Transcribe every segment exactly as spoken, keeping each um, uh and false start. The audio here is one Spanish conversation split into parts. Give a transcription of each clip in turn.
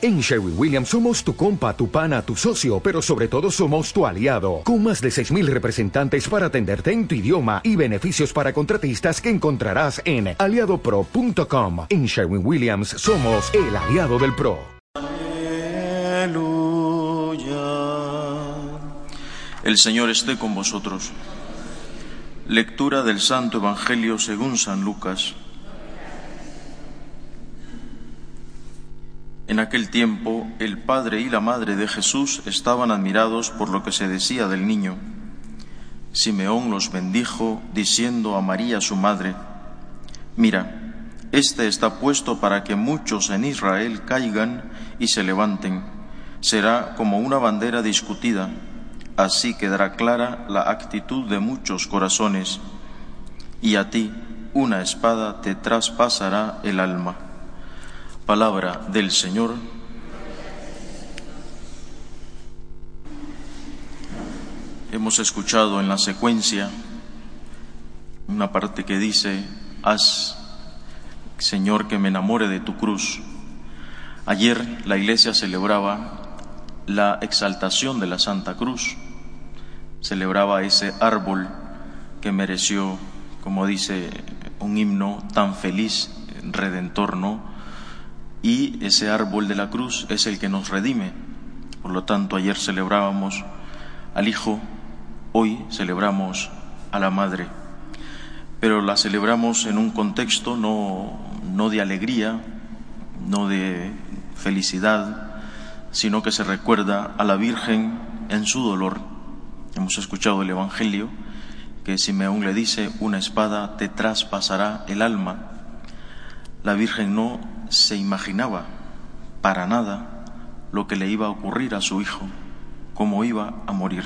En Sherwin-Williams somos tu compa, tu pana, tu socio, pero sobre todo somos tu aliado, con más de seis mil representantes para atenderte en tu idioma y beneficios para contratistas que encontrarás en aliado pro punto com. En Sherwin-Williams somos el aliado del pro. Aleluya. El Señor esté con vosotros. Lectura del Santo Evangelio según San Lucas. En aquel tiempo, el padre y la madre de Jesús estaban admirados por lo que se decía del niño. Simeón los bendijo, diciendo a María su madre: Mira, este está puesto para que muchos en Israel caigan y se levanten. Será como una bandera discutida. Así quedará clara la actitud de muchos corazones. Y a ti una espada te traspasará el alma. Palabra del Señor. Hemos escuchado en la secuencia una parte que dice: haz, Señor, que me enamore de tu cruz. Ayer la Iglesia celebraba la exaltación de la Santa Cruz, celebraba ese árbol que mereció, como dice un himno tan feliz, redentor, ¿no? Y ese árbol de la cruz es el que nos redime. Por lo tanto, ayer celebrábamos al Hijo, hoy celebramos a la Madre. Pero la celebramos en un contexto no, no de alegría, no de felicidad, sino que se recuerda a la Virgen en su dolor. Hemos escuchado el Evangelio, que Simeón le dice: una espada te traspasará el alma. La Virgen no se imaginaba para nada lo que le iba a ocurrir a su hijo, cómo iba a morir.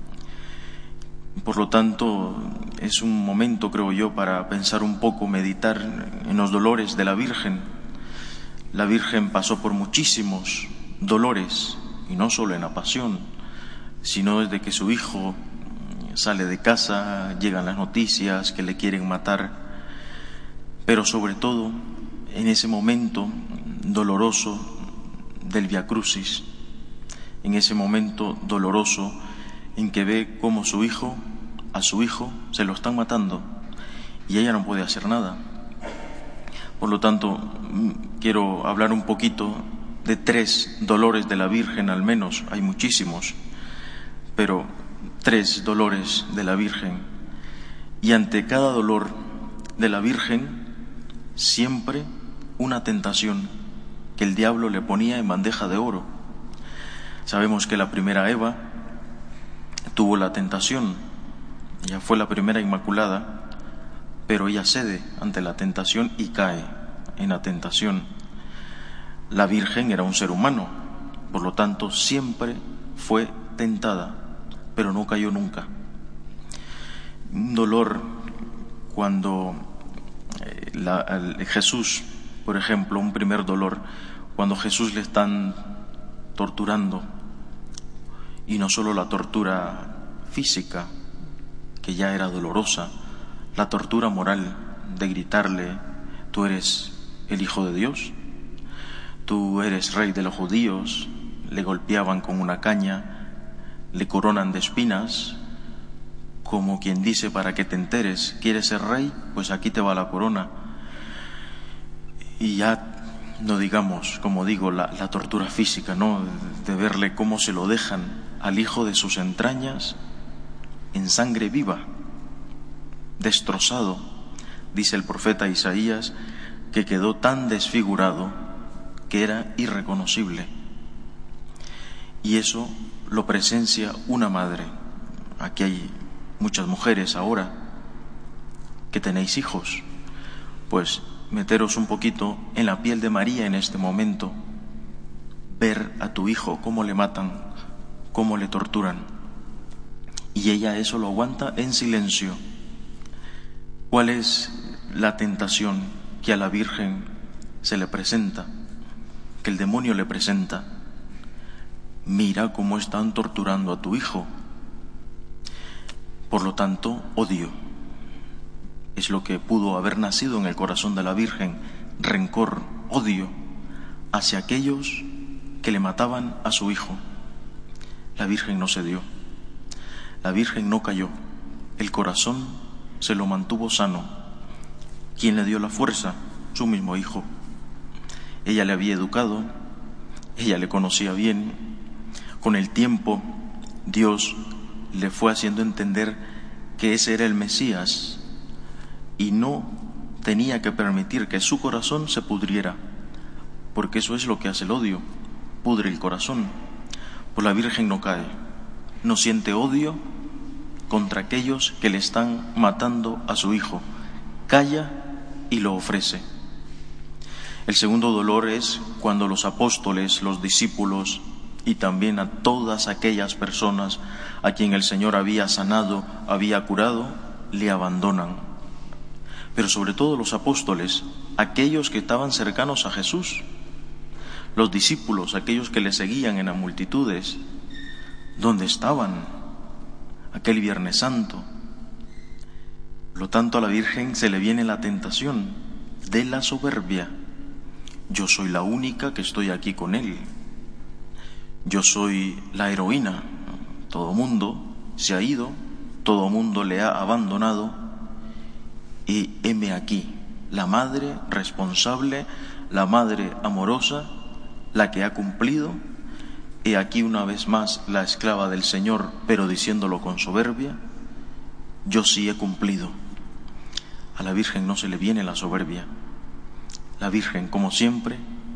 Por lo tanto, es un momento, creo yo, para pensar un poco, meditar en los dolores de la Virgen. La Virgen pasó por muchísimos dolores, y no solo en la pasión, sino desde que su hijo sale de casa, llegan las noticias que le quieren matar, pero sobre todo en ese momento doloroso del Via Crucis, en ese momento doloroso en que ve cómo su hijo, a su hijo, se lo están matando y ella no puede hacer nada. Por lo tanto, quiero hablar un poquito de tres dolores de la Virgen, al menos, hay muchísimos, pero tres dolores de la Virgen. Y ante cada dolor de la Virgen, siempre una tentación que el diablo le ponía en bandeja de oro. Sabemos que la primera Eva tuvo la tentación, ella fue la primera inmaculada, pero ella cede ante la tentación y cae en la tentación. La Virgen era un ser humano, por lo tanto siempre fue tentada, pero no cayó nunca. Un dolor cuando eh, la, el, Jesús, por ejemplo, un primer dolor, cuando Jesús le están torturando, y no solo la tortura física, que ya era dolorosa, la tortura moral de gritarle: tú eres el Hijo de Dios, tú eres Rey de los judíos. Le golpeaban con una caña, le coronan de espinas, como quien dice: para que te enteres, ¿quieres ser rey? Pues aquí te va la corona. Y ya no digamos, como digo, la, la tortura física, ¿no? De verle cómo se lo dejan al hijo de sus entrañas en sangre viva, destrozado. Dice el profeta Isaías que quedó tan desfigurado que era irreconocible. Y eso lo presencia una madre. Aquí hay muchas mujeres ahora que tenéis hijos, pues meteros un poquito en la piel de María en este momento, ver a tu hijo cómo le matan, cómo le torturan, y ella eso lo aguanta en silencio. ¿Cuál es la tentación que a la Virgen se le presenta, que el demonio le presenta? Mira cómo están torturando a tu hijo. Por lo tanto, odio. Es lo que pudo haber nacido en el corazón de la Virgen: rencor, odio hacia aquellos que le mataban a su hijo. La Virgen no cedió, la Virgen no cayó, el corazón se lo mantuvo sano. ¿Quién le dio la fuerza? Su mismo hijo. Ella le había educado, ella le conocía bien. Con el tiempo, Dios le fue haciendo entender que ese era el Mesías y no tenía que permitir que su corazón se pudriera, porque eso es lo que hace el odio, pudre el corazón. Pues la Virgen no cae, no siente odio contra aquellos que le están matando a su hijo, calla y lo ofrece. El segundo dolor es cuando los apóstoles, los discípulos y también a todas aquellas personas a quien el Señor había sanado, había curado, le abandonan. Pero sobre todo los apóstoles, aquellos que estaban cercanos a Jesús, los discípulos, aquellos que le seguían en las multitudes, ¿dónde estaban aquel Viernes Santo? Por lo tanto, a la Virgen se le viene la tentación de la soberbia. Yo soy la única que estoy aquí con él. Yo soy la heroína. Todo mundo se ha ido, todo mundo le ha abandonado y heme aquí, la madre responsable, la madre amorosa, la que ha cumplido. He aquí una vez más la esclava del Señor, pero diciéndolo con soberbia, yo sí he cumplido. A la Virgen no se le viene la soberbia. La Virgen, como siempre,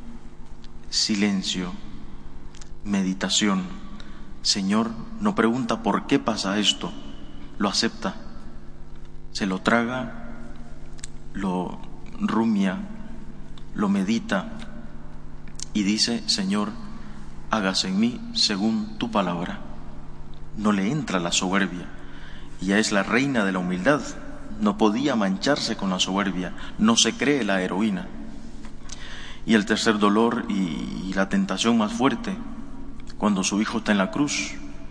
silencio, meditación. Señor, no pregunta por qué pasa esto, lo acepta, se lo traga, lo rumia, lo medita y dice, Señor, hágase en mí según tu palabra. No le entra la soberbia. Ella es la reina de la humildad, no podía mancharse con la soberbia, no se cree la heroína. Y el tercer dolor y la tentación más fuerte, cuando su hijo está en la cruz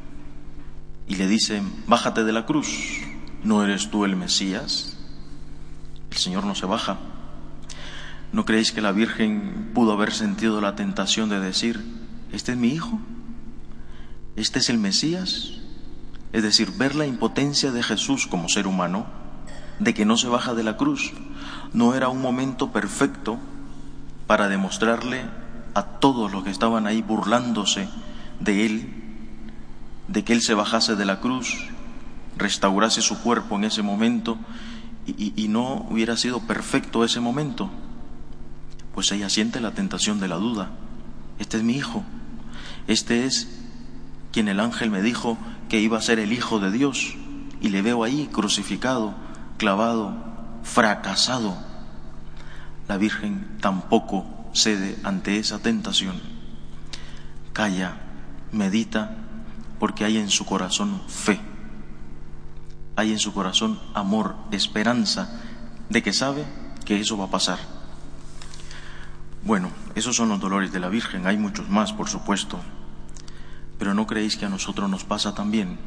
y le dicen, bájate de la cruz, ¿no eres tú el Mesías? El Señor no se baja. ¿No creéis que la Virgen pudo haber sentido la tentación de decir, este es mi hijo, este es el Mesías? Es decir, ver la impotencia de Jesús como ser humano, de que no se baja de la cruz, no era un momento perfecto para demostrarle a todos los que estaban ahí burlándose de él, de que él se bajase de la cruz, restaurase su cuerpo en ese momento y, y, y no hubiera sido perfecto ese momento. Pues ella siente la tentación de la duda. Este es mi hijo, este es quien el ángel me dijo que iba a ser el Hijo de Dios, y le veo ahí crucificado, clavado, fracasado. La Virgen tampoco cede ante esa tentación. Calla, medita, porque hay en su corazón fe. Hay en su corazón amor, esperanza, de que sabe que eso va a pasar. Bueno, esos son los dolores de la Virgen. Hay muchos más, por supuesto. Pero ¿no creéis que a nosotros nos pasa también?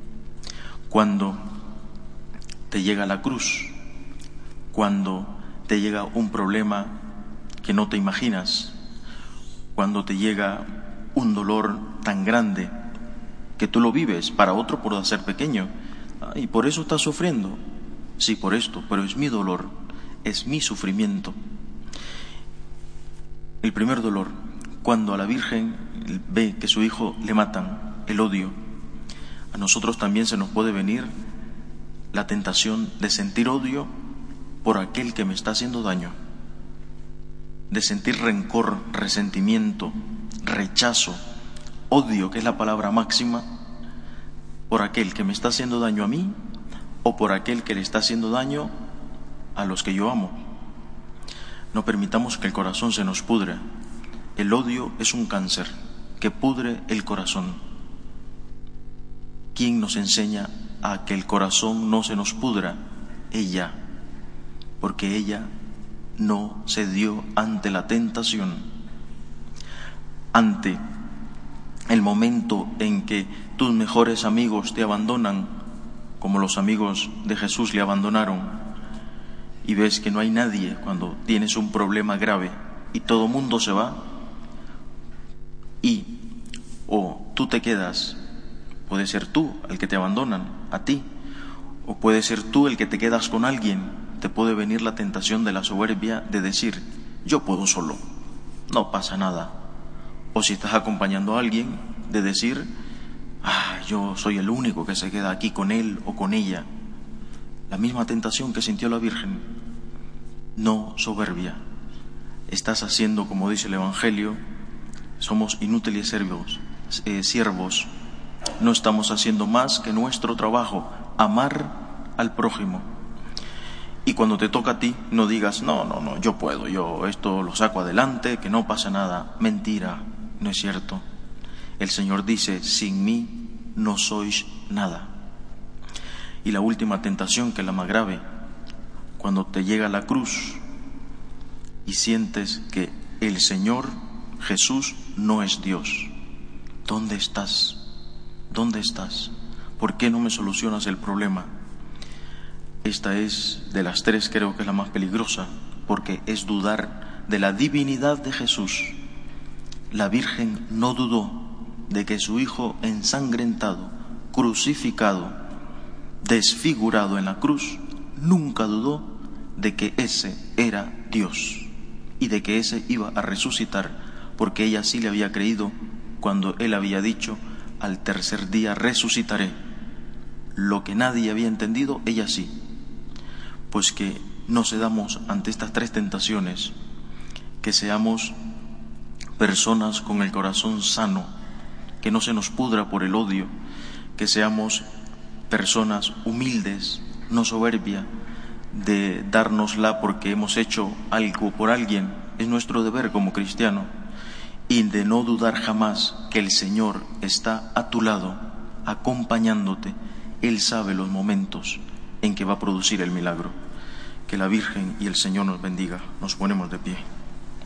Cuando te llega la cruz, cuando te llega un problema que no te imaginas, cuando te llega un dolor tan grande que tú lo vives, para otro por ser pequeño, ah, y por eso estás sufriendo. Sí, por esto, pero es mi dolor, es mi sufrimiento. El primer dolor, cuando a la Virgen ve que su hijo le matan, el odio, a nosotros también se nos puede venir la tentación de sentir odio por aquel que me está haciendo daño, de sentir rencor, resentimiento, rechazo, odio, que es la palabra máxima, por aquel que me está haciendo daño a mí o por aquel que le está haciendo daño a los que yo amo. No permitamos que el corazón se nos pudra. El odio es un cáncer que pudre el corazón. ¿Quién nos enseña a que el corazón no se nos pudra? Ella, porque ella no cedió ante la tentación, ante el momento en que tus mejores amigos te abandonan, como los amigos de Jesús le abandonaron, y ves que no hay nadie cuando tienes un problema grave y todo mundo se va, y o tú te quedas, puede ser tú el que te abandonan, a ti, o puede ser tú el que te quedas con alguien. Te puede venir la tentación de la soberbia de decir, yo puedo solo, no pasa nada. O si estás acompañando a alguien, de decir, ah, yo soy el único que se queda aquí con él o con ella. La misma tentación que sintió la Virgen. No soberbia. Estás haciendo, como dice el Evangelio, somos inútiles siervos, eh, siervos. No estamos haciendo más que nuestro trabajo, amar al prójimo. Y cuando te toca a ti, no digas, no, no, no, yo puedo, yo esto lo saco adelante, que no pasa nada. Mentira, no es cierto. El Señor dice, sin mí no sois nada. Y la última tentación, que es la más grave, cuando te llega la cruz y sientes que el Señor Jesús no es Dios. ¿Dónde estás? ¿Dónde estás? ¿Por qué no me solucionas el problema? Esta es, de las tres, creo que es la más peligrosa, porque es dudar de la divinidad de Jesús. La Virgen no dudó de que su Hijo ensangrentado, crucificado, desfigurado en la cruz, nunca dudó de que ese era Dios y de que ese iba a resucitar, porque ella sí le había creído cuando él había dicho, al tercer día resucitaré. Lo que nadie había entendido, ella sí. Pues que no cedamos ante estas tres tentaciones, que seamos personas con el corazón sano, que no se nos pudra por el odio, que seamos personas humildes, no soberbia, de dárnosla porque hemos hecho algo por alguien, es nuestro deber como cristiano, y de no dudar jamás que el Señor está a tu lado, acompañándote. Él sabe los momentos en que va a producir el milagro. Que la Virgen y el Señor nos bendiga. Nos ponemos de pie.